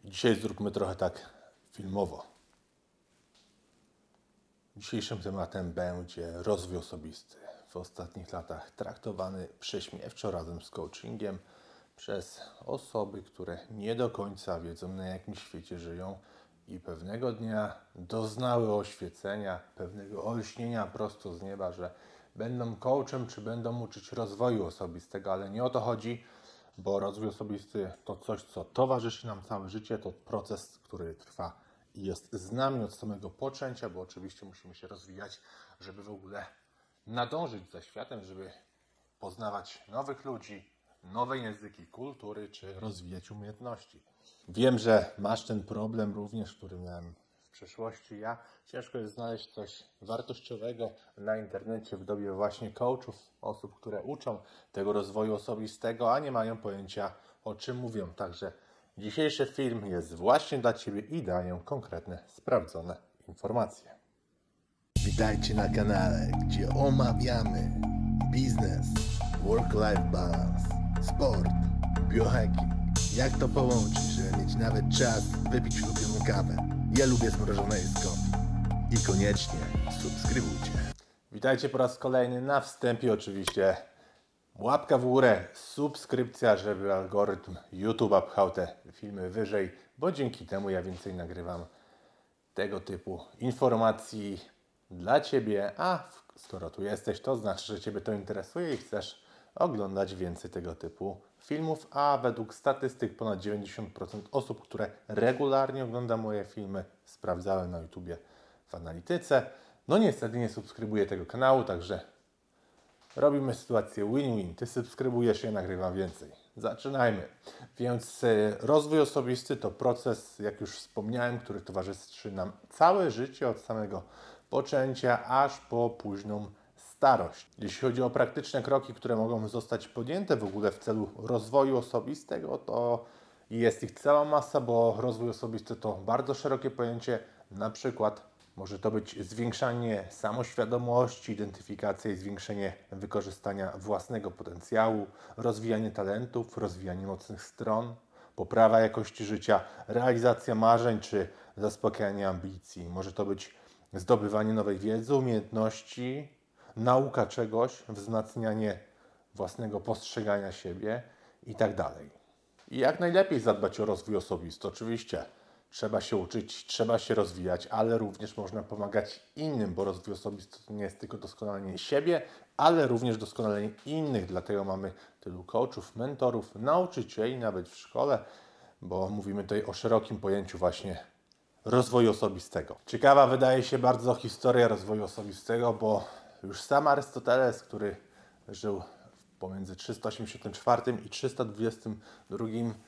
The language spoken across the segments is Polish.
Dzisiaj zróbmy trochę tak filmowo. Dzisiejszym tematem będzie rozwój osobisty. W ostatnich latach traktowany prześmiewczo razem z coachingiem przez osoby, które nie do końca wiedzą, na jakim świecie żyją i pewnego dnia doznały oświecenia, pewnego olśnienia prosto z nieba, że będą coachem czy będą uczyć rozwoju osobistego, ale nie o to chodzi, bo rozwój osobisty to coś, co towarzyszy nam całe życie, to proces, który trwa i jest z nami od samego poczęcia, bo oczywiście musimy się rozwijać, żeby w ogóle nadążyć za światem, żeby poznawać nowych ludzi, nowe języki, kultury, czy rozwijać umiejętności. Wiem, że masz ten problem również, który miałem w przeszłości ja. Ciężko jest znaleźć coś wartościowego na internecie w dobie właśnie coachów, osób, które uczą tego rozwoju osobistego, a nie mają pojęcia, o czym mówią. Także dzisiejszy film jest właśnie dla Ciebie i daję konkretne, sprawdzone informacje. Witajcie na kanale, gdzie omawiamy biznes, work-life balance, sport, biohacking. Jak to połączyć, żeby mieć nawet czas wypić ulubioną kawę? Ja lubię zmrożone jedzonki. I koniecznie subskrybujcie. Witajcie po raz kolejny. Na wstępie oczywiście łapka w górę, subskrypcja, żeby algorytm YouTube'a pchał te filmy wyżej, bo dzięki temu ja więcej nagrywam tego typu informacji dla Ciebie, a skoro tu jesteś, to znaczy, że Ciebie to interesuje i chcesz oglądać więcej tego typu filmów, a według statystyk ponad 90% osób, które regularnie ogląda moje filmy, sprawdzałem na YouTubie w analityce, no niestety nie subskrybuje tego kanału, także robimy sytuację win-win. Ty subskrybujesz, ja nagrywam więcej. Zaczynajmy. Więc rozwój osobisty to proces, jak już wspomniałem, który towarzyszy nam całe życie od samego poczęcia aż po późną starość. Jeśli chodzi o praktyczne kroki, które mogą zostać podjęte w ogóle w celu rozwoju osobistego, to jest ich cała masa, bo rozwój osobisty to bardzo szerokie pojęcie. Na przykład może to być zwiększanie samoświadomości, identyfikacja i zwiększenie wykorzystania własnego potencjału, rozwijanie talentów, rozwijanie mocnych stron, poprawa jakości życia, realizacja marzeń czy zaspokajanie ambicji. Może to być zdobywanie nowej wiedzy, umiejętności, nauka czegoś, wzmacnianie własnego postrzegania siebie itd. I jak najlepiej zadbać o rozwój osobisty? Oczywiście trzeba się uczyć, trzeba się rozwijać, ale również można pomagać innym, bo rozwój osobisty to nie jest tylko doskonalenie siebie, ale również doskonalenie innych. Dlatego mamy tylu coachów, mentorów, nauczycieli, nawet w szkole, bo mówimy tutaj o szerokim pojęciu właśnie rozwoju osobistego. Ciekawa wydaje się bardzo historia rozwoju osobistego, bo już sam Arystoteles, który żył pomiędzy 384 i 322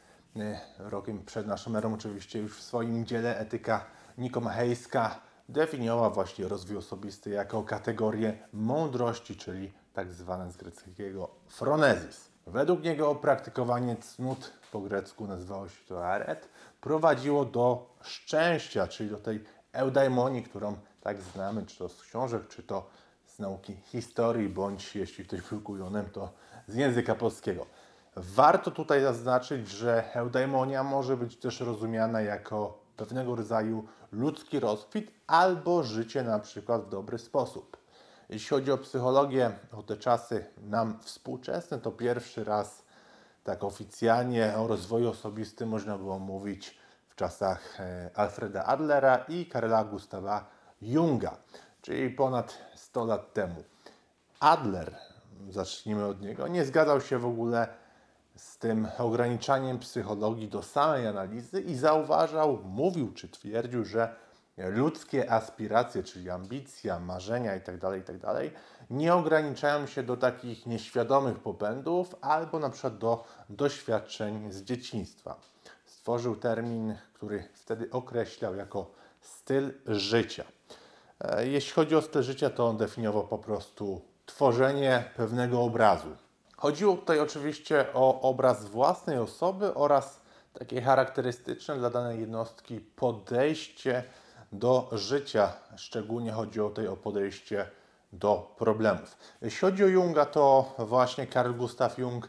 rokiem przed naszą erą, oczywiście już w swoim dziele Etyka Nikomachejska definiował właśnie rozwój osobisty jako kategorię mądrości, czyli tak zwane z greckiego phronesis. Według niego praktykowanie cnót, po grecku nazywało się to aret, prowadziło do szczęścia, czyli do tej eudaimonii, którą tak znamy, czy to z książek, czy to z nauki historii, bądź jeśli ktoś był kujonem, to z języka polskiego. Warto tutaj zaznaczyć, że eudaimonia może być też rozumiana jako pewnego rodzaju ludzki rozkwit albo życie na przykład w dobry sposób. Jeśli chodzi o psychologię, o te czasy nam współczesne, to pierwszy raz tak oficjalnie o rozwoju osobistym można było mówić w czasach Alfreda Adlera i Carla Gustava Junga, czyli ponad 100 lat temu. Adler, zacznijmy od niego, nie zgadzał się w ogóle z tym ograniczaniem psychologii do samej analizy i zauważał, mówił czy twierdził, że ludzkie aspiracje, czyli ambicja, marzenia itd., nie ograniczają się do takich nieświadomych popędów albo na przykład do doświadczeń z dzieciństwa. Stworzył termin, który wtedy określał jako styl życia. Jeśli chodzi o styl życia, to on definiował po prostu tworzenie pewnego obrazu. Chodziło tutaj oczywiście o obraz własnej osoby oraz takie charakterystyczne dla danej jednostki podejście do życia. Szczególnie chodzi o tutaj o podejście do problemów. Jeśli chodzi o Junga, to właśnie Carl Gustav Jung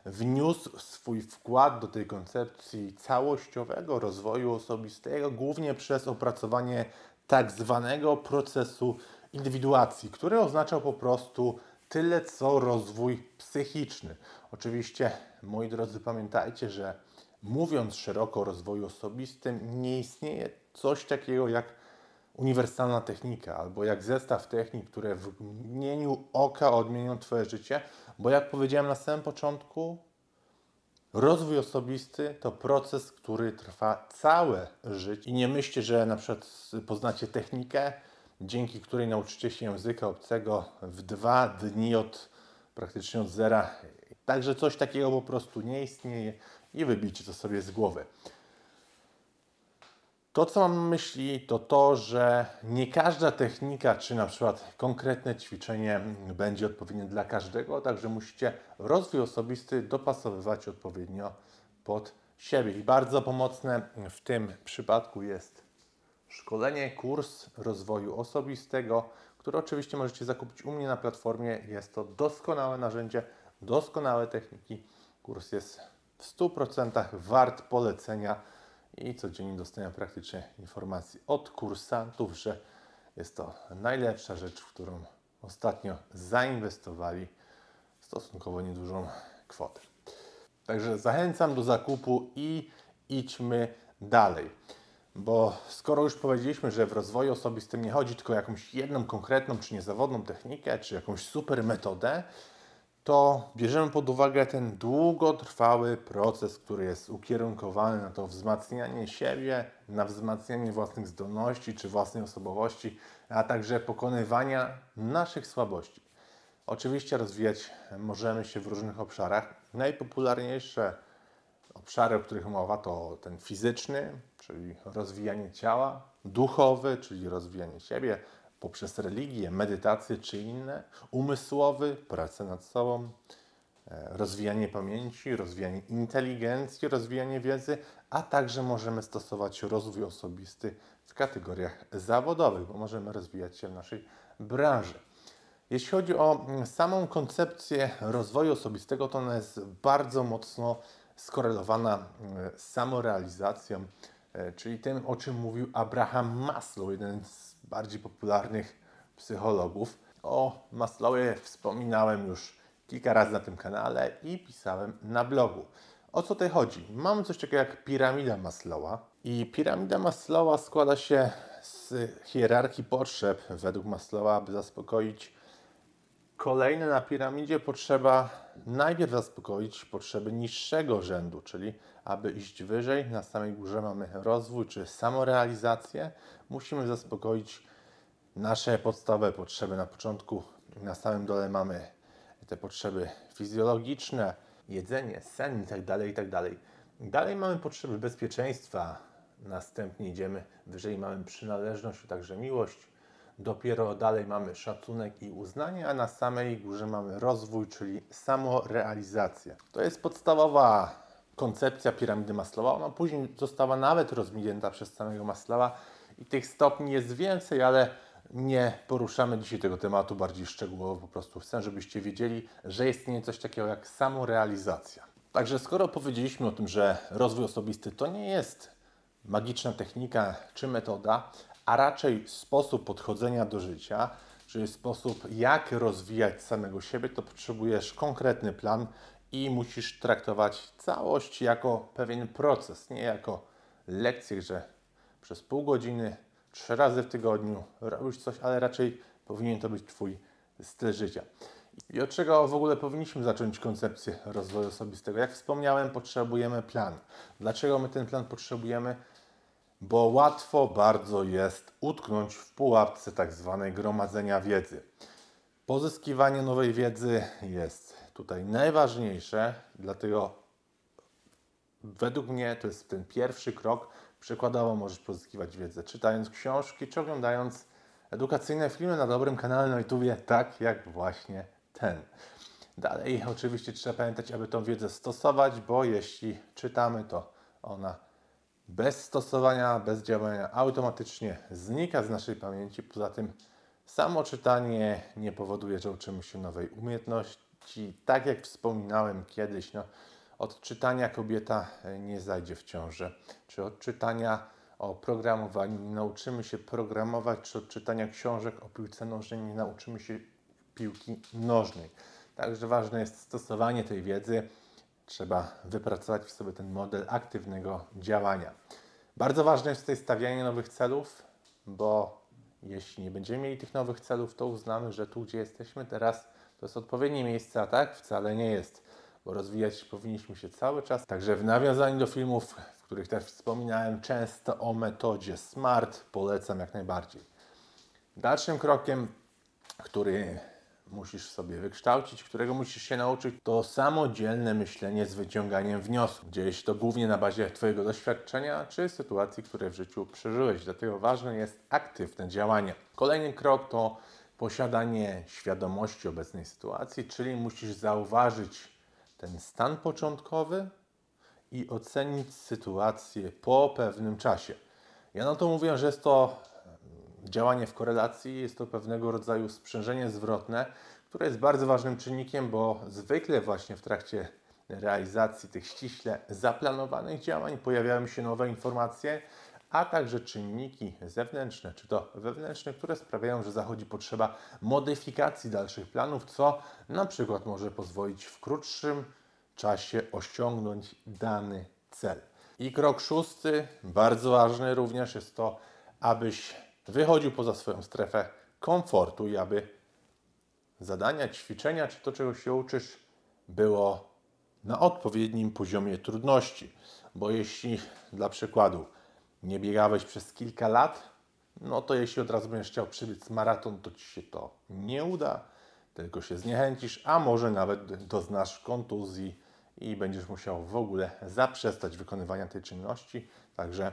wniósł swój wkład do tej koncepcji całościowego rozwoju osobistego, głównie przez opracowanie tak zwanego procesu indywiduacji, który oznaczał po prostu tyle co rozwój psychiczny. Oczywiście, moi drodzy, pamiętajcie, że mówiąc szeroko o rozwoju osobistym, nie istnieje coś takiego jak uniwersalna technika, albo jak zestaw technik, które w mgnieniu oka odmienią Twoje życie, bo jak powiedziałem na samym początku, rozwój osobisty to proces, który trwa całe życie. I nie myślcie, że na przykład poznacie technikę, dzięki której nauczycie się języka obcego w 2 dni praktycznie od zera. Także coś takiego po prostu nie istnieje i wybijcie to sobie z głowy. To, co mam na myśli, to to, że nie każda technika, czy na przykład konkretne ćwiczenie będzie odpowiednie dla każdego, także musicie rozwój osobisty dopasowywać odpowiednio pod siebie. I bardzo pomocne w tym przypadku jest szkolenie, kurs rozwoju osobistego, który oczywiście możecie zakupić u mnie na platformie. Jest to doskonałe narzędzie, doskonałe techniki. Kurs jest w 100% wart polecenia i codziennie dostałem praktycznie informacji od kursantów, że jest to najlepsza rzecz, w którą ostatnio zainwestowali stosunkowo niedużą kwotę. Także zachęcam do zakupu i idźmy dalej. Bo skoro już powiedzieliśmy, że w rozwoju osobistym nie chodzi tylko o jakąś jedną konkretną czy niezawodną technikę, czy jakąś super metodę, to bierzemy pod uwagę ten długotrwały proces, który jest ukierunkowany na to wzmacnianie siebie, na wzmacnianie własnych zdolności czy własnej osobowości, a także pokonywania naszych słabości. Oczywiście rozwijać możemy się w różnych obszarach. Najpopularniejsze obszary, o których mowa, to ten fizyczny, czyli rozwijanie ciała, duchowy, czyli rozwijanie siebie poprzez religię, medytację czy inne, umysłowy, pracę nad sobą, rozwijanie pamięci, rozwijanie inteligencji, rozwijanie wiedzy, a także możemy stosować rozwój osobisty w kategoriach zawodowych, bo możemy rozwijać się w naszej branży. Jeśli chodzi o samą koncepcję rozwoju osobistego, to ona jest bardzo mocno skorelowana z samorealizacją, czyli tym, o czym mówił Abraham Maslow, jeden z bardziej popularnych psychologów. O Maslowie wspominałem już kilka razy na tym kanale i pisałem na blogu. O co tutaj chodzi? Mamy coś takiego jak piramida Maslowa i piramida Maslowa składa się z hierarchii potrzeb według Maslowa, aby zaspokoić kolejne na piramidzie potrzeba najpierw zaspokoić potrzeby niższego rzędu, czyli aby iść wyżej, na samej górze mamy rozwój czy samorealizację. Musimy zaspokoić nasze podstawowe potrzeby na początku. Na samym dole mamy te potrzeby fizjologiczne, jedzenie, sen itd., itd. Dalej mamy potrzeby bezpieczeństwa, następnie idziemy wyżej, mamy przynależność, a także miłość. Dopiero dalej mamy szacunek i uznanie, a na samej górze mamy rozwój, czyli samorealizację. To jest podstawowa koncepcja piramidy Maslowa. Ona później została nawet rozwinięta przez samego Maslowa i tych stopni jest więcej, ale nie poruszamy dzisiaj tego tematu bardziej szczegółowo. Po prostu chcę, żebyście wiedzieli, że istnieje coś takiego jak samorealizacja. Także skoro powiedzieliśmy o tym, że rozwój osobisty to nie jest magiczna technika czy metoda, a raczej sposób podchodzenia do życia, czyli sposób, jak rozwijać samego siebie, to potrzebujesz konkretny plan i musisz traktować całość jako pewien proces, nie jako lekcję, że przez pół godziny, 3 razy w tygodniu robisz coś, ale raczej powinien to być Twój styl życia. I od czego w ogóle powinniśmy zacząć koncepcję rozwoju osobistego? Jak wspomniałem, potrzebujemy planu. Dlaczego my ten plan potrzebujemy? Bo łatwo bardzo jest utknąć w pułapce tak zwanej gromadzenia wiedzy. Pozyskiwanie nowej wiedzy jest tutaj najważniejsze, dlatego według mnie to jest ten pierwszy krok. Przykładowo możesz pozyskiwać wiedzę czytając książki czy oglądając edukacyjne filmy na dobrym kanale na YouTubie, tak jak właśnie ten. Dalej oczywiście trzeba pamiętać, aby tą wiedzę stosować, bo jeśli czytamy, to ona bez stosowania, bez działania automatycznie znika z naszej pamięci. Poza tym samo czytanie nie powoduje, że uczymy się nowej umiejętności, Ci, tak jak wspominałem kiedyś, od czytania kobieta nie zajdzie w ciążę, czy od czytania o programowaniu nie nauczymy się programować, czy od czytania książek o piłce nożnej nie nauczymy się piłki nożnej. Także ważne jest stosowanie tej wiedzy. Trzeba wypracować w sobie ten model aktywnego działania. Bardzo ważne jest tutaj stawianie nowych celów, bo jeśli nie będziemy mieli tych nowych celów, to uznamy, że tu, gdzie jesteśmy teraz, to jest odpowiednie miejsce, a tak wcale nie jest, bo rozwijać powinniśmy się cały czas. Także w nawiązaniu do filmów, w których też wspominałem często o metodzie SMART, polecam jak najbardziej. Dalszym krokiem, który musisz sobie wykształcić, którego musisz się nauczyć, to samodzielne myślenie z wyciąganiem wniosków. Dzieje się to głównie na bazie Twojego doświadczenia czy sytuacji, które w życiu przeżyłeś. Dlatego ważne jest aktywne działanie. Kolejny krok to posiadanie świadomości obecnej sytuacji, czyli musisz zauważyć ten stan początkowy i ocenić sytuację po pewnym czasie. Ja na to mówię, że jest to działanie w korelacji, jest to pewnego rodzaju sprzężenie zwrotne, które jest bardzo ważnym czynnikiem, bo zwykle właśnie w trakcie realizacji tych ściśle zaplanowanych działań pojawiają się nowe informacje, a także czynniki zewnętrzne czy to wewnętrzne, które sprawiają, że zachodzi potrzeba modyfikacji dalszych planów, co na przykład może pozwolić w krótszym czasie osiągnąć dany cel. I krok szósty, bardzo ważny również, jest to, abyś wychodził poza swoją strefę komfortu i aby zadania, ćwiczenia czy to, czego się uczysz, było na odpowiednim poziomie trudności. Bo jeśli dla przykładu nie biegałeś przez kilka lat, to jeśli od razu będziesz chciał przebiec maraton, to Ci się to nie uda, tylko się zniechęcisz, a może nawet doznasz kontuzji i będziesz musiał w ogóle zaprzestać wykonywania tej czynności. Także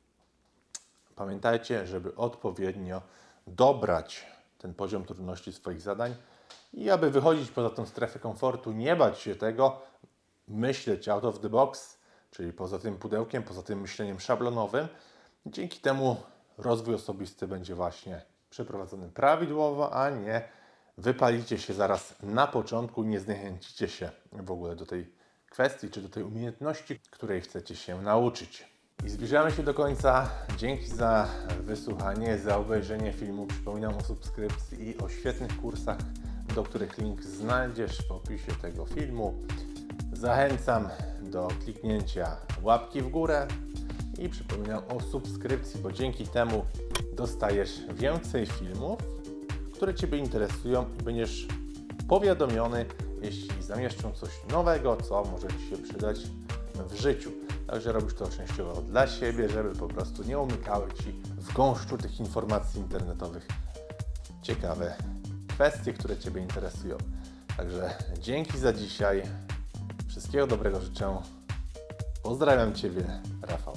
pamiętajcie, żeby odpowiednio dobrać ten poziom trudności swoich zadań i aby wychodzić poza tą strefę komfortu, nie bać się tego, myśleć out of the box, czyli poza tym pudełkiem, poza tym myśleniem szablonowym. Dzięki temu rozwój osobisty będzie właśnie przeprowadzony prawidłowo, a nie wypalicie się zaraz na początku, nie zniechęcicie się w ogóle do tej kwestii, czy do tej umiejętności, której chcecie się nauczyć. I zbliżamy się do końca. Dzięki za wysłuchanie, za obejrzenie filmu. Przypominam o subskrypcji i o świetnych kursach, do których link znajdziesz w opisie tego filmu. Zachęcam do kliknięcia łapki w górę i przypominam o subskrypcji, bo dzięki temu dostajesz więcej filmów, które Ciebie interesują i będziesz powiadomiony, jeśli zamieszczą coś nowego, co może Ci się przydać w życiu. Także robisz to częściowo dla siebie, żeby po prostu nie umykały Ci w gąszczu tych informacji internetowych ciekawe kwestie, które Ciebie interesują. Także dzięki za dzisiaj. Wszystkiego dobrego życzę. Pozdrawiam Ciebie, Rafał.